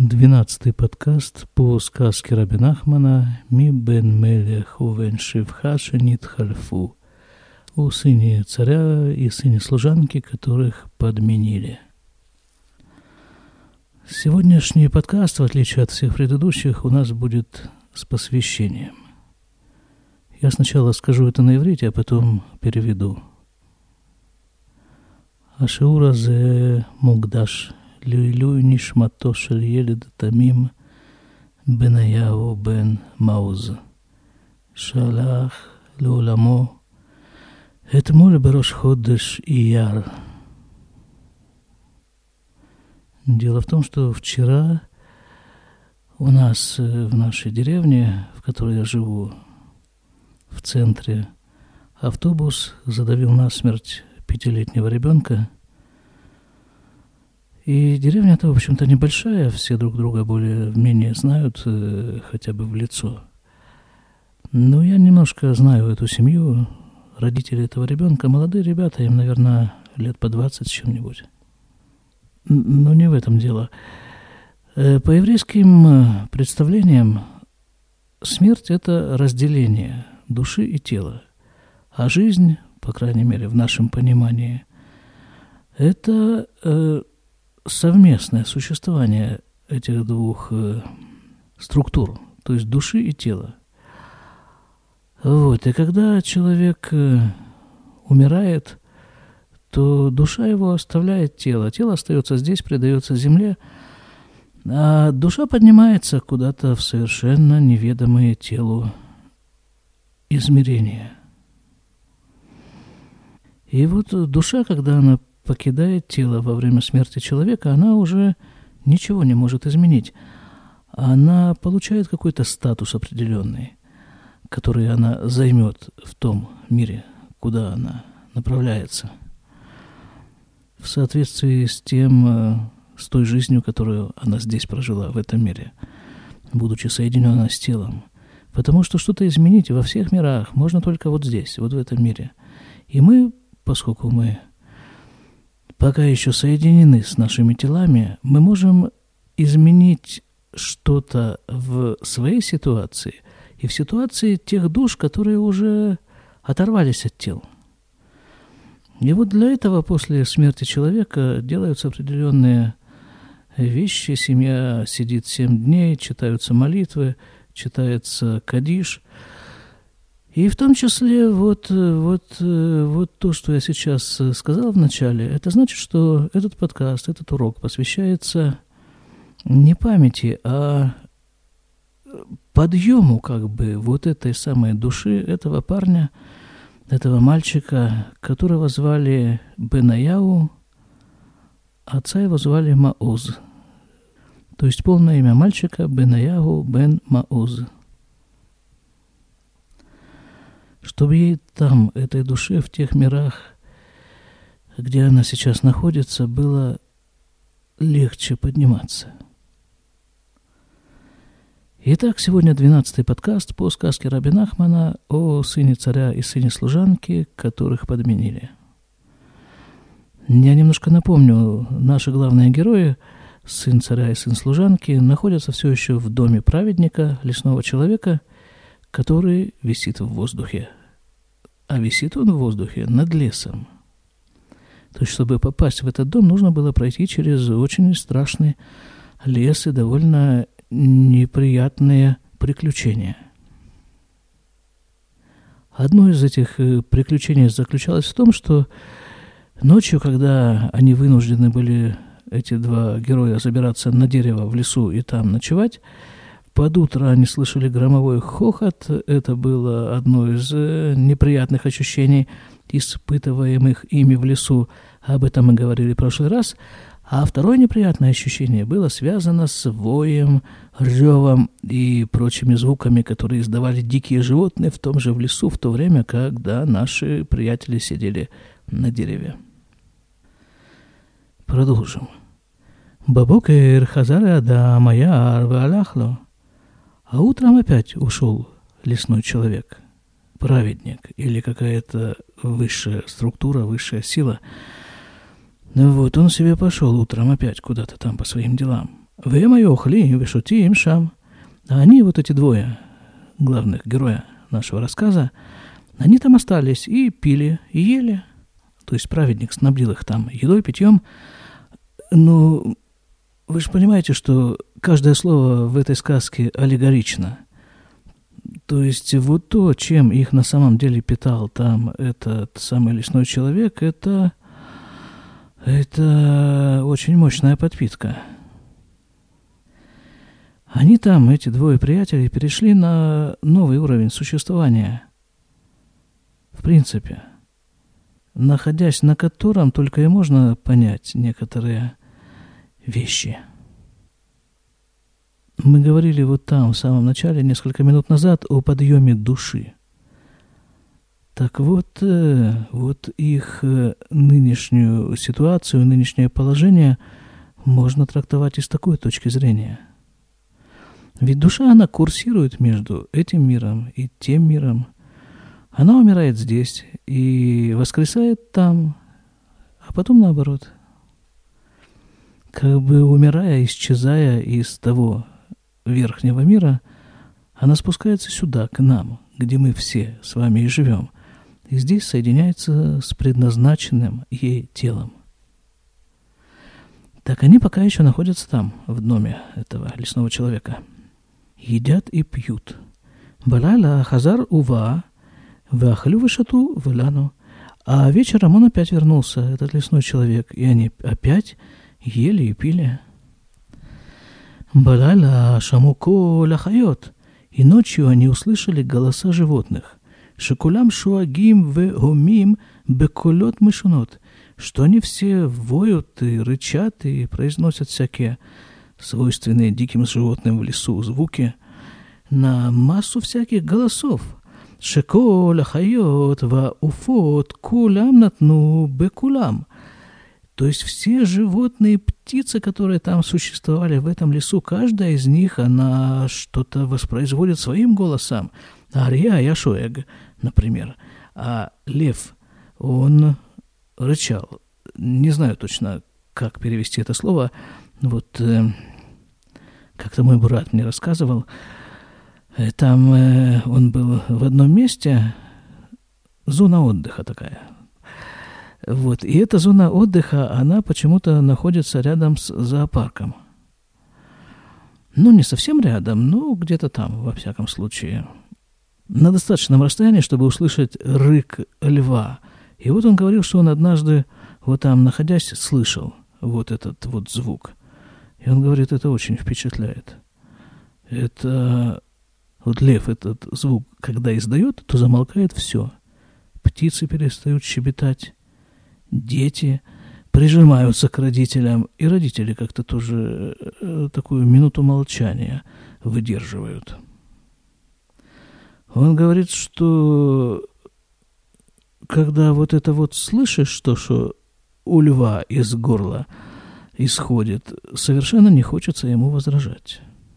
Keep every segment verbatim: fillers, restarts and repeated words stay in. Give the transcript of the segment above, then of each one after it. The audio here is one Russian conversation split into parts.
Двенадцатый подкаст по сказке Раби Нахмана «Ми бен мелех увен шивха шенит хальфу» о сыне царя и сыне служанки, которых подменили. Сегодняшний подкаст, в отличие от всех предыдущих, у нас будет с посвящением. Я сначала скажу это на иврите, а потом переведу. Ашиура зе мугдаш לעילוי נשמתו של ילד תמים בניהו בן מעוז, שהלך לעולמו אתמול בראש חודש אייר. Дело в том, что вчера у нас в нашей деревне, в которой я живу, в центре, автобус задавил насмерть пятилетнего ребенка. И деревня-то, в общем-то, небольшая, все друг друга более-менее знают, э, хотя бы в лицо. Но я немножко знаю эту семью, родители этого ребенка, молодые ребята, им, наверное, лет по двадцать с чем-нибудь. Но не в этом дело. Э, по еврейским представлениям смерть – это разделение души и тела, а жизнь, по крайней мере, в нашем понимании, это э, совместное существование этих двух э, структур, то есть души и тела. Вот. И когда человек э, умирает, то душа его оставляет тело. Тело остается здесь, предается земле, а душа поднимается куда-то в совершенно неведомые телу измерения. И вот душа, когда она покидает тело во время смерти человека, она уже ничего не может изменить. Она получает какой-то статус определенный, который она займет в том мире, куда она направляется, в соответствии с тем, с той жизнью, которую она здесь прожила, в этом мире, будучи соединена с телом. Потому что что-то изменить во всех мирах можно только вот здесь, вот в этом мире. И мы, поскольку мы пока еще соединены с нашими телами, мы можем изменить что-то в своей ситуации и в ситуации тех душ, которые уже оторвались от тел. И вот для этого после смерти человека делаются определенные вещи. Семья сидит семь дней, читаются молитвы, читается кадиш. И в том числе вот, вот, вот то, что я сейчас сказал в начале, это значит, что этот подкаст, этот урок посвящается не памяти, а подъему как бы вот этой самой души этого парня, этого мальчика, которого звали Бенаяу, отца его звали Маоз. То есть полное имя мальчика Бенаяу бен Маоз. Чтобы ей там, этой душе, в тех мирах, где она сейчас находится, было легче подниматься. Итак, сегодня двенадцатый подкаст по сказке Раби Нахмана о сыне царя и сыне служанки, которых подменили. Я немножко напомню, наши главные герои, сын царя и сын служанки, находятся все еще в доме праведника, лесного человека, который висит в воздухе. А висит он в воздухе над лесом. То есть, чтобы попасть в этот дом, нужно было пройти через очень страшный лес и довольно неприятные приключения. Одно из этих приключений заключалось в том, что ночью, когда они вынуждены были, эти два героя, забираться на дерево в лесу и там ночевать, под утро они слышали громовой хохот. Это было одно из неприятных ощущений, испытываемых ими в лесу. Об этом мы говорили в прошлый раз. А второе неприятное ощущение было связано с воем, ревом и прочими звуками, которые издавали дикие животные в том же в лесу, в то время, когда наши приятели сидели на дереве. Продолжим. Бабокер хазар адам аяр ваалахло. А утром опять ушел лесной человек, праведник или какая-то высшая структура, высшая сила. Ну вот, он себе пошел утром опять куда-то там по своим делам. «Вем айохли, вешутим шам». А они, вот эти двое главных героя нашего рассказа, они там остались и пили, и ели. То есть праведник снабдил их там едой, питьем. Но вы же понимаете, что каждое слово в этой сказке аллегорично. То есть вот то, чем их на самом деле питал там этот самый лесной человек, это, это очень мощная подпитка. Они там, эти двое приятелей, перешли на новый уровень существования. В принципе, находясь на котором только и можно понять некоторые вещи. Мы говорили вот там, в самом начале, несколько минут назад, о подъеме души. Так вот, вот их нынешнюю ситуацию, нынешнее положение можно трактовать и с такой точки зрения. Ведь душа, она курсирует между этим миром и тем миром. Она умирает здесь и воскресает там, а потом наоборот. Как бы умирая, исчезая из того верхнего мира, она спускается сюда, к нам, где мы все с вами и живем, и здесь соединяется с предназначенным ей телом. Так они пока еще находятся там, в доме этого лесного человека. Едят и пьют. Балайла хазар ува, вахлю вышату вылану. А вечером он опять вернулся, этот лесной человек, и они опять ели и пили. Балайла шамуко ляхайот. И ночью они услышали голоса животных. Шекулям шуагим ве гомим беколот мышунот. Что они все воют и рычат и произносят всякие свойственные диким животным в лесу звуки на массу всяких голосов. Шекол ахайот ва уфот кулам натну бекулам. То есть все животные, птицы, которые там существовали в этом лесу, каждая из них, она что-то воспроизводит своим голосом. Ария яшоэг, например. А лев, он рычал. Не знаю точно, как перевести это слово. Вот э, как-то мой брат мне рассказывал. Э, там э, он был в одном месте, зона отдыха такая. Вот. И эта зона отдыха, она почему-то находится рядом с зоопарком. Ну, не совсем рядом, но где-то там, во всяком случае. На достаточном расстоянии, чтобы услышать рык льва. И вот он говорил, что он однажды, вот там находясь, слышал вот этот вот звук. И он говорит, это очень впечатляет. Это вот лев этот звук, когда издает, то замолкает все. Птицы перестают щебетать. Дети прижимаются к родителям, и родители как-то тоже э, такую минуту молчания выдерживают. Он говорит, что когда вот это вот слышишь, то, что у льва из горла исходит, совершенно не хочется ему возражать.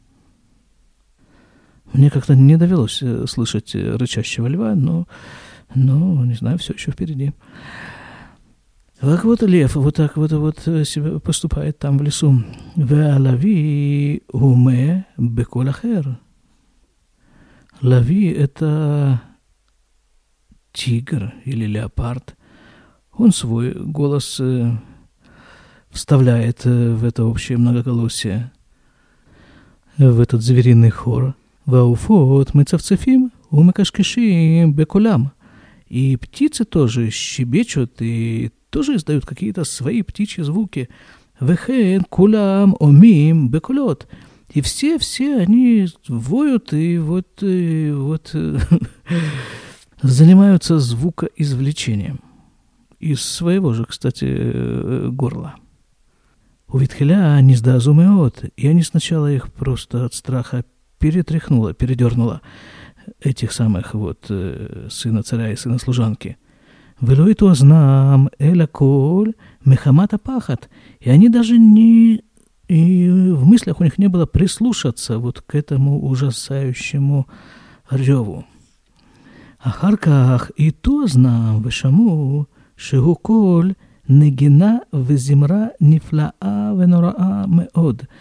Мне как-то не довелось слышать рычащего льва, но, но не знаю, все еще впереди. Так вот лев вот так вот, вот себя поступает там в лесу. Ве'алави уме бекол ахер. Лави — это тигр или леопард. Он свой голос э, вставляет э, в это общее многоголосие, в этот звериный хор. Вауфот мы цавцефим, умы кашкишим беколям. И птицы тоже щебечут и тоже издают какие-то свои птичьи звуки. Вехен кулам омим беколот. И все-все они воют и вот, и вот занимаются звукоизвлечением. Из своего же, кстати, горла. У Витхеля не сдазумеот, и они сначала их просто от страха перетряхнуло, передернуло, этих самых вот э, сына царя и сына служанки. Велуиту азнам эля коль мехамата пахат. И они даже не... И в мыслях у них не было прислушаться вот к этому ужасающему реву. Ахарках и то знам вешаму шигу коль негина везимра нифлаа венораа меод.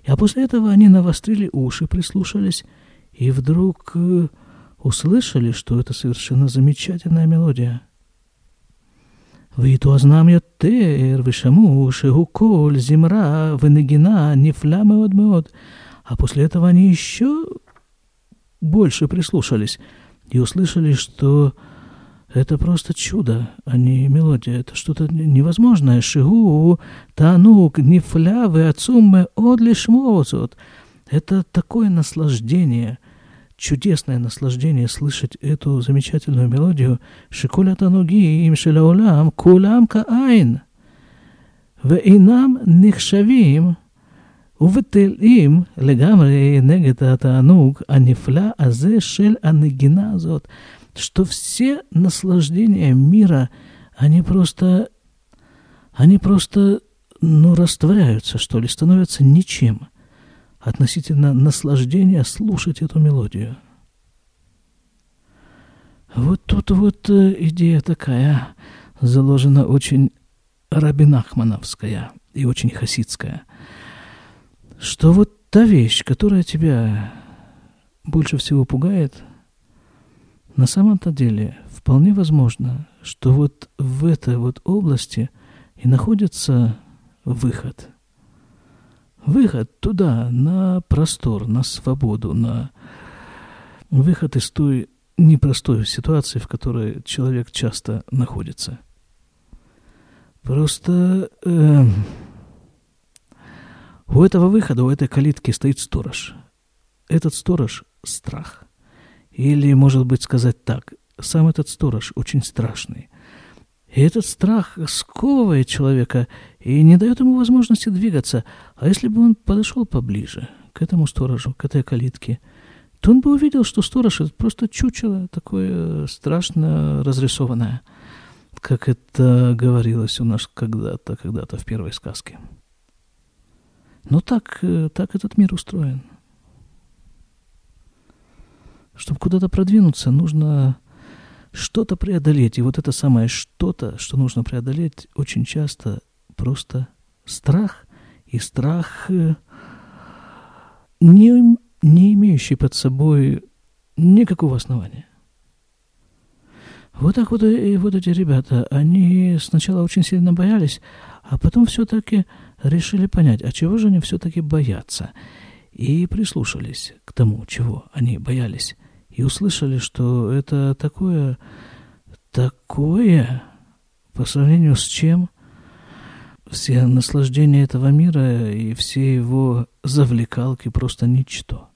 А после этого они навострили уши, прислушались, и вдруг э, услышали, что это совершенно замечательная мелодия. «Витуазнам йотер, вишаму, шегу коль, зимра, венегина, нефля меод меод». А после этого они еще больше прислушались и услышали, что это просто чудо, а не мелодия. Это что-то невозможное. Шигу, танук, нефля, веацумме, одлишмоцот. Это такое наслаждение, чудесное наслаждение слышать эту замечательную мелодию. Шиколя тануги им шелаулам, кулам каайн. Вейнам нихшавим. ובטלים לגמרי נגד התענוג הנפלא הזה של הנגינה הזאת, что все наслаждения мира, они просто, они просто, ну, растворяются, что ли, становятся ничем относительно наслаждения слушать эту мелодию. Вот тут вот идея такая, заложена очень рабинахмановская и очень хасидская, что вот та вещь, которая тебя больше всего пугает, на самом-то деле вполне возможно, что вот в этой вот области и находится выход. Выход туда, на простор, на свободу, на выход из той непростой ситуации, в которой человек часто находится. Просто... Э, У этого выхода, у этой калитки стоит сторож. Этот сторож – страх. Или, может быть, сказать так, сам этот сторож очень страшный. И этот страх сковывает человека и не дает ему возможности двигаться. А если бы он подошел поближе к этому сторожу, к этой калитке, то он бы увидел, что сторож – это просто чучело, такое страшно разрисованное, как это говорилось у нас когда-то, когда-то в первой сказке. Но так, так этот мир устроен. Чтобы куда-то продвинуться, нужно что-то преодолеть. И вот это самое что-то, что нужно преодолеть, очень часто просто страх. И страх, не, не имеющий под собой никакого основания. Вот так вот, и вот эти ребята, они сначала очень сильно боялись, а потом все-таки решили понять, а чего же они все-таки боятся. И прислушались к тому, чего они боялись. И услышали, что это такое, такое, по сравнению с чем все наслаждения этого мира и все его завлекалки просто ничто.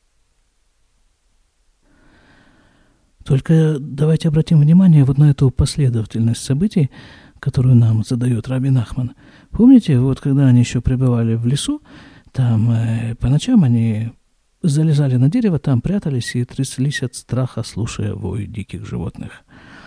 Только давайте обратим внимание вот на эту последовательность событий, которую нам задает Раби Нахман. Помните, вот когда они еще пребывали в лесу, там э, по ночам они залезали на дерево, там прятались и тряслись от страха, слушая вой диких животных.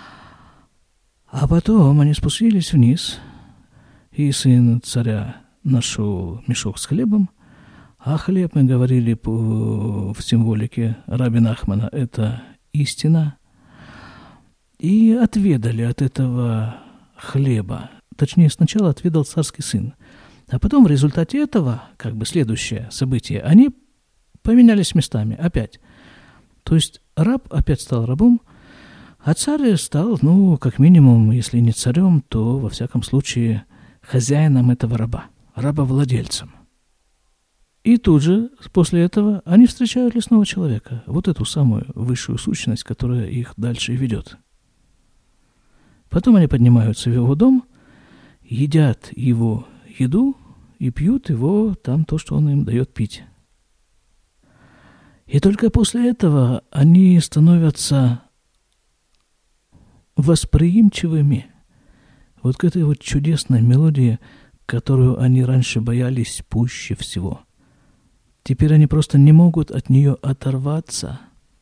А потом они спустились вниз, и сын царя нашел мешок с хлебом, а хлеб, мы говорили по, в символике Раби Нахмана, это истина, и отведали от этого хлеба. Точнее, сначала отведал царский сын, а потом в результате этого, как бы следующее событие, они поменялись местами опять. То есть раб опять стал рабом, а царь стал, ну, как минимум, если не царем, то, во всяком случае, хозяином этого раба, рабовладельцем. И тут же, после этого, они встречают лесного человека, вот эту самую высшую сущность, которая их дальше ведет. Потом они поднимаются в его дом, едят его еду и пьют его там то, что он им дает пить. И только после этого они становятся восприимчивыми вот к этой вот чудесной мелодии, которую они раньше боялись пуще всего. Теперь они просто не могут от нее оторваться.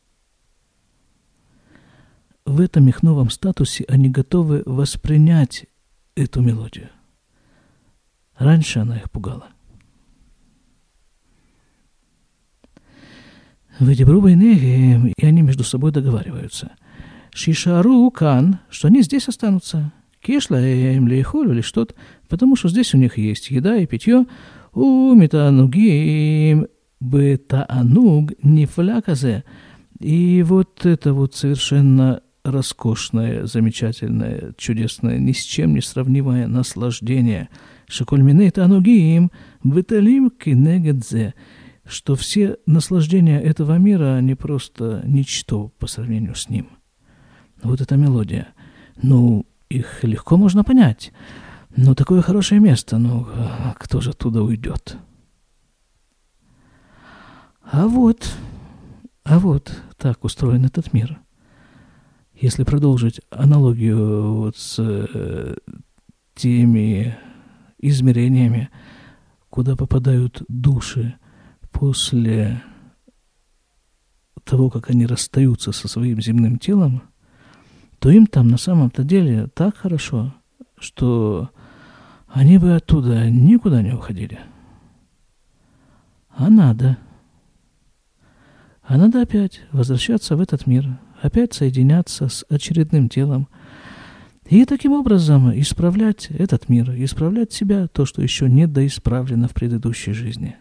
В этом их новом статусе они готовы воспринять эту мелодию. Раньше она их пугала. Выйдебру войны, и они между собой договариваются. Шишару кан, что они здесь останутся. Кишла им лейхоль или что-то, потому что здесь у них есть еда и питье. умитанугим бетаануг нифляказе. И вот это вот совершенно роскошное, замечательное, чудесное, ни с чем не сравнимое наслаждение. Шикольминей танугим беталим кинегедзе. Что все наслаждения этого мира, они просто ничто по сравнению с ним. Вот эта мелодия. Ну, их легко можно понять. Ну, такое хорошее место, ну, кто же оттуда уйдет? А вот, а вот так устроен этот мир. Если продолжить аналогию вот с э, теми измерениями, куда попадают души после того, как они расстаются со своим земным телом, то им там на самом-то деле так хорошо, что они бы оттуда никуда не уходили. А надо. А надо опять возвращаться в этот мир, опять соединяться с очередным телом и таким образом исправлять этот мир, исправлять себя, то, что еще не доисправлено в предыдущей жизни.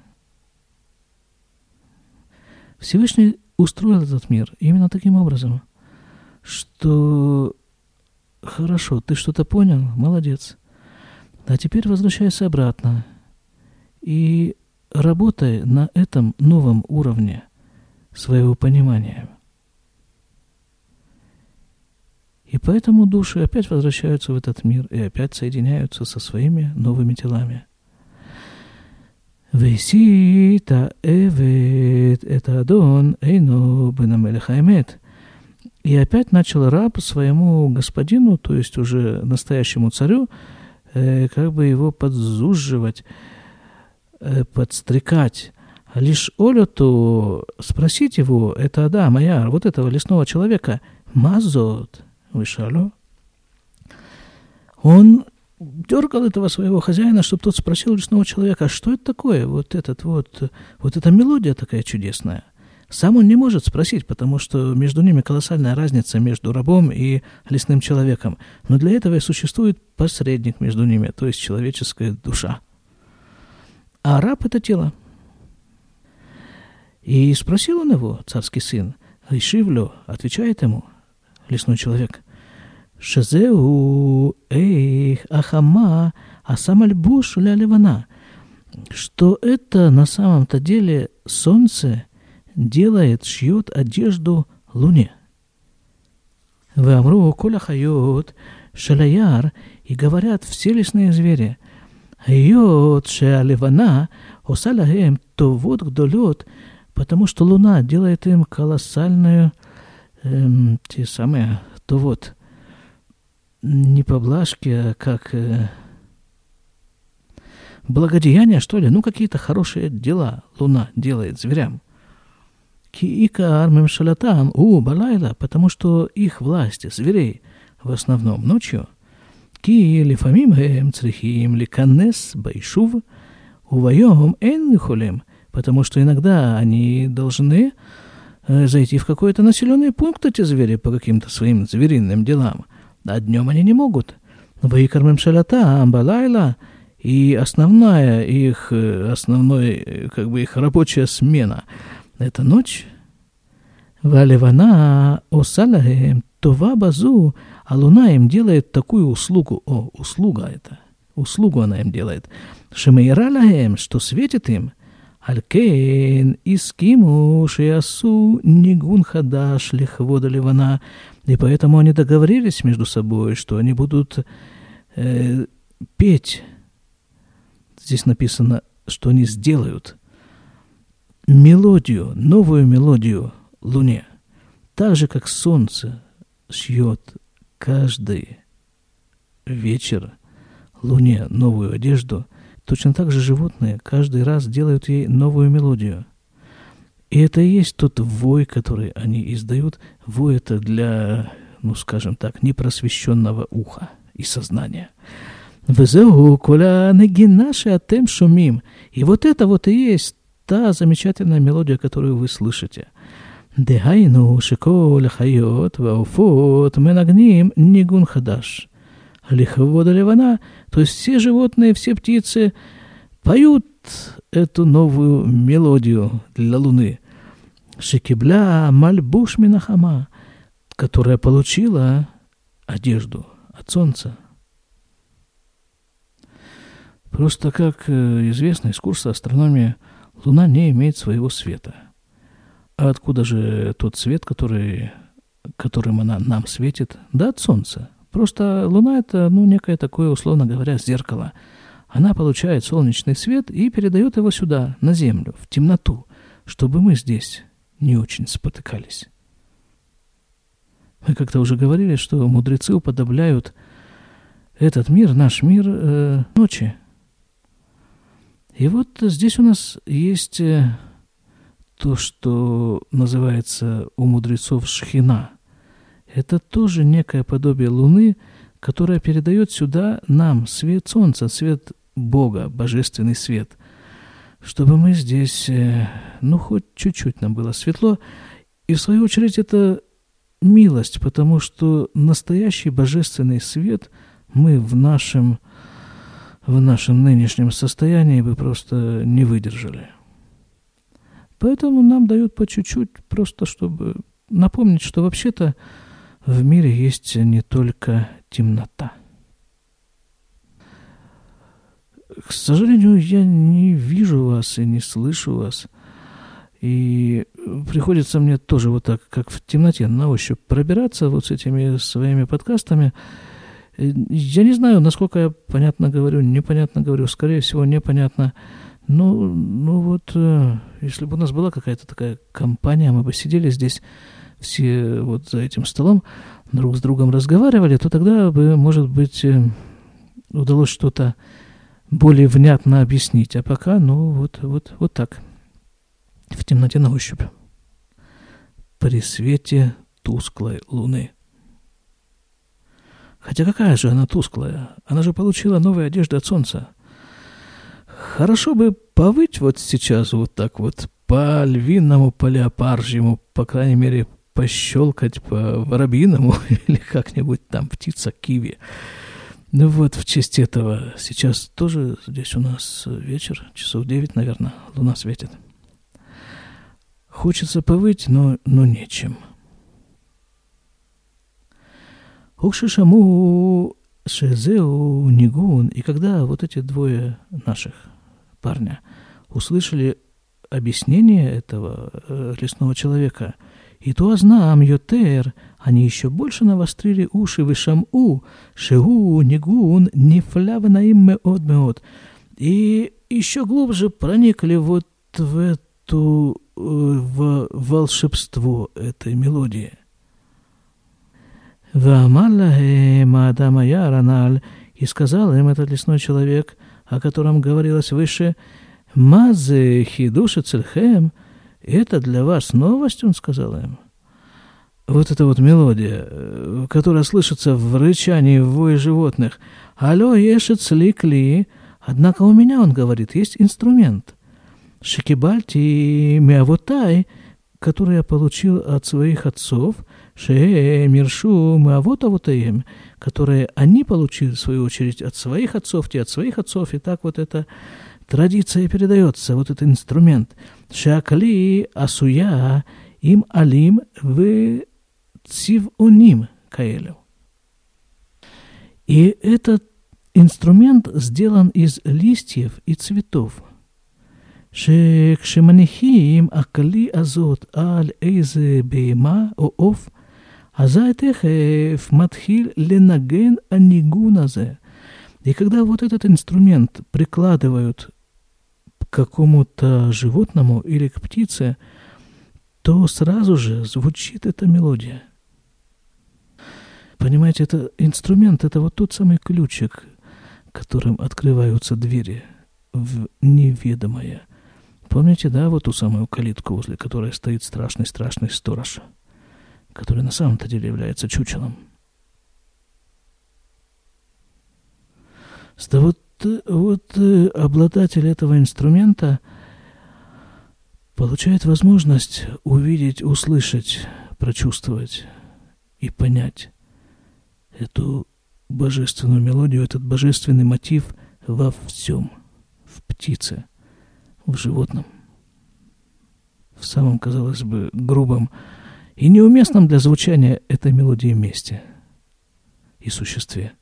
Всевышний устроил этот мир именно таким образом, что хорошо, ты что-то понял, молодец, а теперь возвращайся обратно и работай на этом новом уровне своего понимания. И поэтому души опять возвращаются в этот мир и опять соединяются со своими новыми телами. «Весита эвет это адон эйно бен амелех хаэмет». И опять начал раб своему господину, то есть уже настоящему царю, э, как бы его подзуживать, э, подстрекать. Лишь Олюту спросить его, это Адам, Аяр, вот этого лесного человека, мазот, вышало. Он дергал этого своего хозяина, чтобы тот спросил лесного человека, а что это такое, вот, этот вот, вот эта мелодия такая чудесная. Сам он не может спросить, потому что между ними колоссальная разница между рабом и лесным человеком. Но для этого и существует посредник между ними, то есть человеческая душа. А раб – это тело. И спросил он его, царский сын, «Ишивлю», отвечает ему лесной человек, «Шезеу эйх ахама асамальбуш ля ливана», что это на самом-то деле солнце делает, шьет одежду луне. «Веамру коля хайот шалаяр», и говорят все лесные звери, «Хайот шеаливана осалахем товот гдолет», потому что луна делает им колоссальную, эм, те самые, то вот, не поблажки, а как э, благодеяния, что ли, ну, какие-то хорошие дела луна делает зверям. Ки-ика армем шалатам у балайла, потому что их власть зверей в основном ночью. Ки лифамим хэм црихим ликанес байшув увайом эн холем, потому что иногда они должны э, зайти в какой-то населенный пункт, эти звери, по каким-то своим звериным делам. А днем они не могут. Ваикармем шалатам балайла, и основная их, основной, как бы их рабочая смена – это ночь. Валивана осалахем това базу, а луна им делает такую услугу. О, услуга это. Услугу она им делает. Шемейралахем, что светит им. Алькейн искиму шиасу нигун хадаш лихвода ливана. И поэтому они договорились между собой, что они будут э, петь. Здесь написано, что они сделают мелодию, новую мелодию луне. Так же, как солнце шьет каждый вечер луне новую одежду, точно так же животные каждый раз делают ей новую мелодию. И это и есть тот вой, который они издают. Вой это для, ну скажем так, непросвещенного уха и сознания. «Везеу коля негинаши атем шумим». И вот это вот и есть та замечательная мелодия, которую вы слышите. «Дехайну шиколь хайот вауфот менагним нигун хадаш». Лихвода ливана, то есть все животные, все птицы поют эту новую мелодию для Луны. Шекибля мальбуш минахама, которая получила одежду от Солнца. Просто, как известно из курса астрономии, Луна не имеет своего света. А откуда же тот свет, который, которым она нам светит? Да от Солнца. Просто Луна – это, ну, некое такое, условно говоря, зеркало. Она получает солнечный свет и передает его сюда, на Землю, в темноту, чтобы мы здесь не очень спотыкались. Мы как-то уже говорили, что мудрецы уподобляют этот мир, наш мир, э, ночи. И вот здесь у нас есть то, что называется у мудрецов шхина. Это тоже некое подобие Луны, которое передает сюда нам свет Солнца, свет Бога, божественный свет, чтобы мы здесь, ну, хоть чуть-чуть нам было светло. И в свою очередь это милость, потому что настоящий божественный свет мы в нашем в нашем нынешнем состоянии бы просто не выдержали. Поэтому нам дают по чуть-чуть, просто чтобы напомнить, что вообще-то в мире есть не только темнота. К сожалению, я не вижу вас и не слышу вас. И приходится мне тоже вот так, как в темноте, на ощупь пробираться вот с этими своими подкастами. Я не знаю, насколько я понятно говорю, непонятно говорю, скорее всего, непонятно. Ну, ну вот, если бы у нас была какая-то такая компания, мы бы сидели здесь все вот за этим столом, друг с другом разговаривали, то тогда бы, может быть, удалось что-то более внятно объяснить. А пока, ну, вот, вот, вот так, в темноте на ощупь, при свете тусклой луны. Хотя какая же она тусклая? Она же получила новую одежду от Солнца. Хорошо бы повыть вот сейчас вот так вот по львиному, по леопаржьему, по крайней мере, пощелкать по воробьиному или как-нибудь там птица киви. Ну вот, в честь этого сейчас тоже здесь у нас вечер, часов девять, наверное, луна светит. Хочется повыть, но, но нечем. Укшишаму шезеу нигун. И когда вот эти двое наших парня услышали объяснение этого э, лесного человека, и то азнам йотер, они еще больше навострили уши вишаму шеу нигун нифляв наим меот меот. И еще глубже проникли вот в эту э, в волшебство этой мелодии. И сказал им этот лесной человек, о котором говорилось выше, «Мазе хидуша цельхем», это для вас новость, он сказал им. Вот эта вот мелодия, которая слышится в рычании, в вое животных. «Алло, ешет сликли», однако у меня, он говорит, есть инструмент. «Шикибальти миавотай», который я получил от своих отцов, «Ше миршу миавотавотаем», которые они получили, в свою очередь, от своих отцов, те от своих отцов, и так вот эта традиция передается, вот этот инструмент. «Шакли асуя им алим в цивоним каэлю». И этот инструмент сделан из листьев и цветов. שכשמניחים הכלי הזאת על איזה בהמה או עוף, אזי תכף מתחיל לנגן הניגון הזה. И когда вот этот инструмент прикладывают к какому-то животному или к птице, то сразу же звучит эта мелодия. Понимаете, это инструмент, это вот тот самый ключик, которым открываются двери в неведомое. Помните, да, вот ту самую калитку, возле которой стоит страшный-страшный сторож, который на самом-то деле является чучелом. Да вот, вот обладатель этого инструмента получает возможность увидеть, услышать, прочувствовать и понять эту божественную мелодию, этот божественный мотив во всем, в птице, в животном, в самом, казалось бы, грубом и неуместном для звучания этой мелодии месте и существе.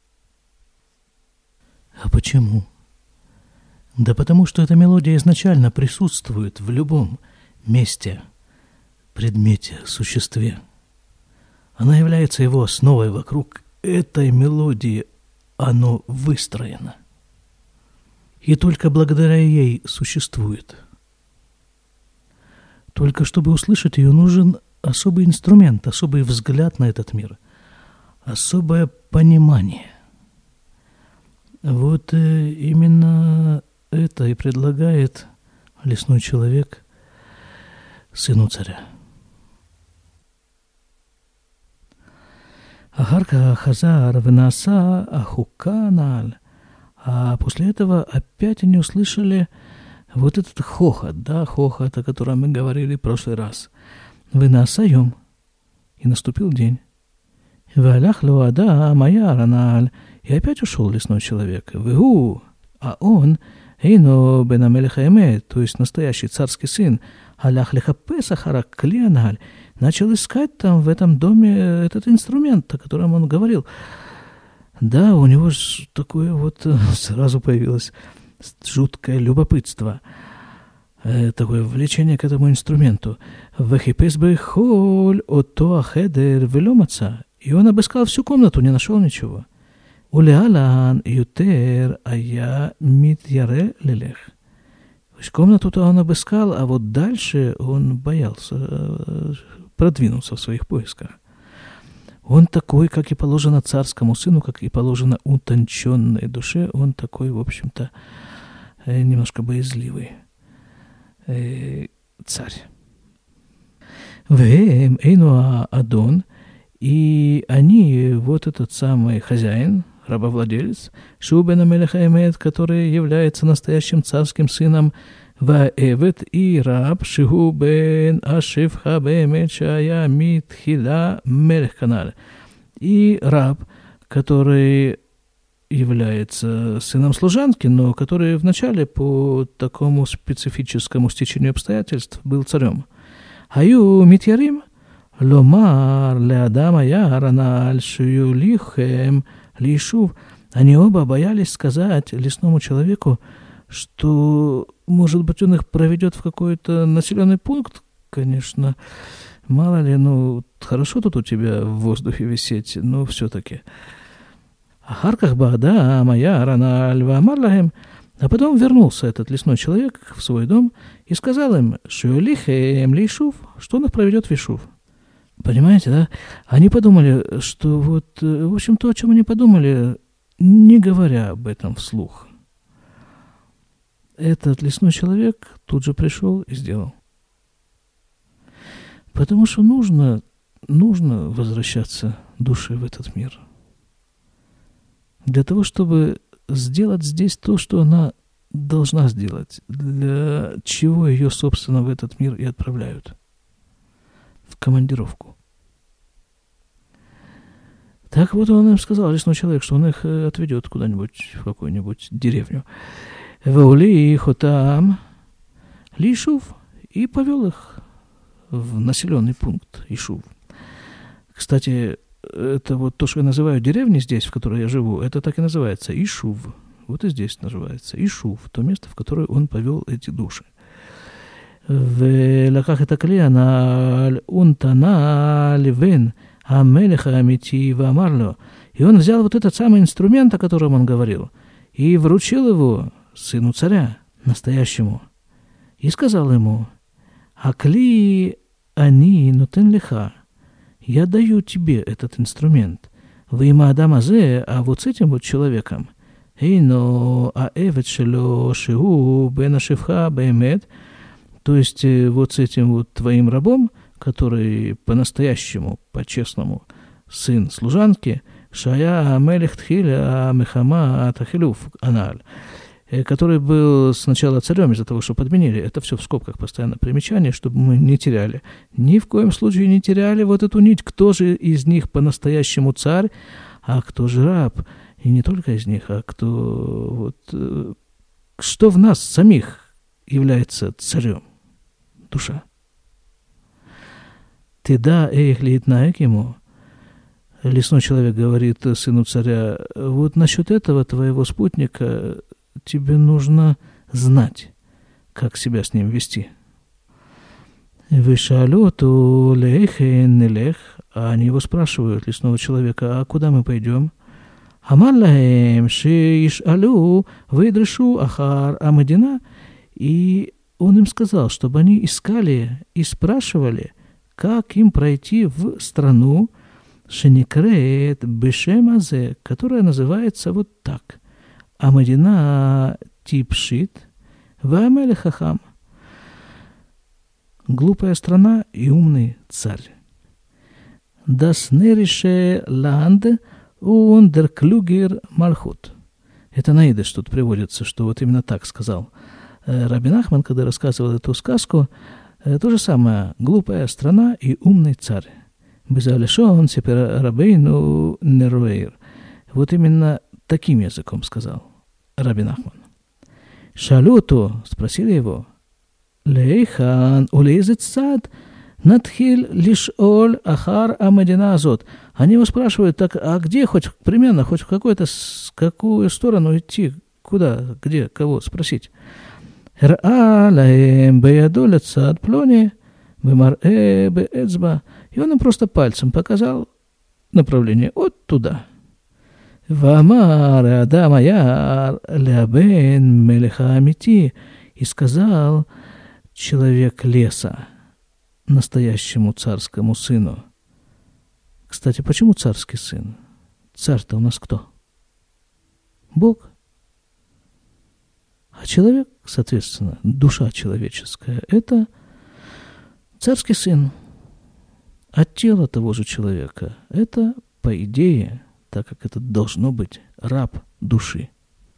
А почему? Да потому что эта мелодия изначально присутствует в любом месте, предмете, существе. Она является его основой, вокруг этой мелодии оно выстроено. И только благодаря ей существует. Только чтобы услышать ее, нужен особый инструмент, особый взгляд на этот мир, особое понимание. Вот э, именно это и предлагает лесной человек сыну царя. Ахарка хазар венаса ахуканаль. А после этого опять они услышали вот этот хохот, да, хохот, о котором мы говорили в прошлый раз. Венасаем. И наступил день. Валях луада моя раналь. И опять ушел лесной человек. Вегу. А он, эйно бен амелех эмет, то есть настоящий царский сын, алях лехапес ахарак клианаль, начал искать там в этом доме этот инструмент, о котором он говорил. Да, у него же такое вот сразу появилось жуткое любопытство, э, такое влечение к этому инструменту. Вехипес бехоль ото ахедер веломаца. И он обыскал всю комнату, не нашел ничего. Улеалан ютер ая митьяре лелех. То есть комнату-то он обыскал, а вот дальше он боялся продвинуться в своих поисках. Он такой, как и положено царскому сыну, как и положено утонченной душе, он такой, в общем-то, немножко боязливый царь. Вэм эйнуа адон, и они, вот этот самый хозяин, рабовладелец, Шубен амелех эмет, который является настоящим царским сыном, Ваэвет и раб Шигу бен Ашифха бэмет шая митхила мелех канал. И раб, который является сыном служанки, но который вначале по такому специфическому стечению обстоятельств был царем. Аю митьярим ломар леадама яраналь шуюлихем лишув. Они оба боялись сказать лесному человеку, что, может быть, он их проведет в какой-то населенный пункт, конечно, мало ли, ну, хорошо тут у тебя в воздухе висеть, но все-таки. Ахарках бада моя рана альва марлахем. А потом вернулся этот лесной человек в свой дом и сказал им, шуэлихем лишув, что он их проведет в Ишув. Понимаете, да? Они подумали, что вот, в общем, то, о чем они подумали, не говоря об этом вслух. Этот лесной человек тут же пришел и сделал. Потому что нужно, нужно возвращаться душе в этот мир. Для того, чтобы сделать здесь то, что она должна сделать, для чего ее, собственно, в этот мир и отправляют. В командировку. Так вот он им сказал, лесной человек, что он их отведет куда-нибудь, в какую-нибудь деревню. Ваули хотам лишув, и повел их в населенный пункт Ишув. Кстати, это вот то, что я называю деревней здесь, в которой я живу, это так и называется Ишув. Вот и здесь называется Ишув, то место, в которое он повел эти души. ולקח את הכלי הנ"ל ונתנה לבן המלך האמיתי ואמר לו, и он взял вот этот самый инструмент, о котором он говорил, и вручил его сыну царя, настоящему, и сказал ему, «Акли ани нотен леха, я даю тебе этот инструмент, вы има адам азе, а вот с этим вот человеком, эйно аэвет шело шигу бен ашифха бэмет». То есть вот с этим вот твоим рабом, который по-настоящему, по-честному, сын служанки, Шая Амелех Тхиля Мехама Тахилюф Аналь, который был сначала царем из-за того, что подменили. Это все в скобках постоянно примечание, чтобы мы не теряли. Ни в коем случае не теряли вот эту нить, кто же из них по-настоящему царь, а кто же раб. И не только из них, а кто вот что в нас самих является царем? Душа. Ты да эйх литнаек ему. Лесной человек говорит сыну царя: вот насчет этого твоего спутника тебе нужно знать, как себя с ним вести. Вишалюту лех и нелех. А они его спрашивают, лесного человека: а куда мы пойдем? Амаллахем шишалю выдрешу ахар амадина. И он им сказал, чтобы они искали и спрашивали, как им пройти в страну шеникрет бешемазе, которая называется вот так: Амадина типшит вамеле хахам. Глупая страна и умный царь. Das nerische Land und der Kluger Malchut. Это на идиш тут приводится, что вот именно так сказал Раби Нахман, когда рассказывал эту сказку. То же самое: глупая страна и умный царь. Безалешон сепер рабейну нервейр. Вот именно таким языком сказал Раби Нахман. Шалюту, спросили его: Лейхан улезет сад надхиль лишь оль ахар амадина азот. Они его спрашивают: так, а где хоть примерно, хоть в какую-то, с какую сторону идти, куда, где, кого спросить? Ра лаем беядолет сад плони бемарэ беэцба. И он им просто пальцем показал направление вот туда. Вамар адама яр лябен мелеха амити. И сказал человек леса настоящему царскому сыну. Кстати, почему царский сын? Царь-то у нас кто? Бог. А человек, соответственно, душа человеческая, это царский сын. А тело того же человека, это, по идее, так как это должно быть, раб души.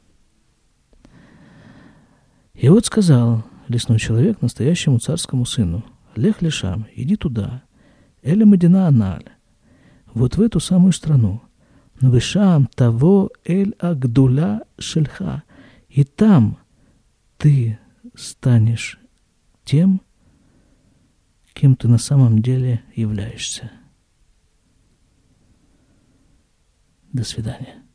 И вот сказал лесной человек настоящему царскому сыну: Лех лешам, иди туда, Эля Мадина Аналь, вот в эту самую страну, Вышам того Эль Агдула Шельха, и там ты станешь тем, кем ты на самом деле являешься. До свидания.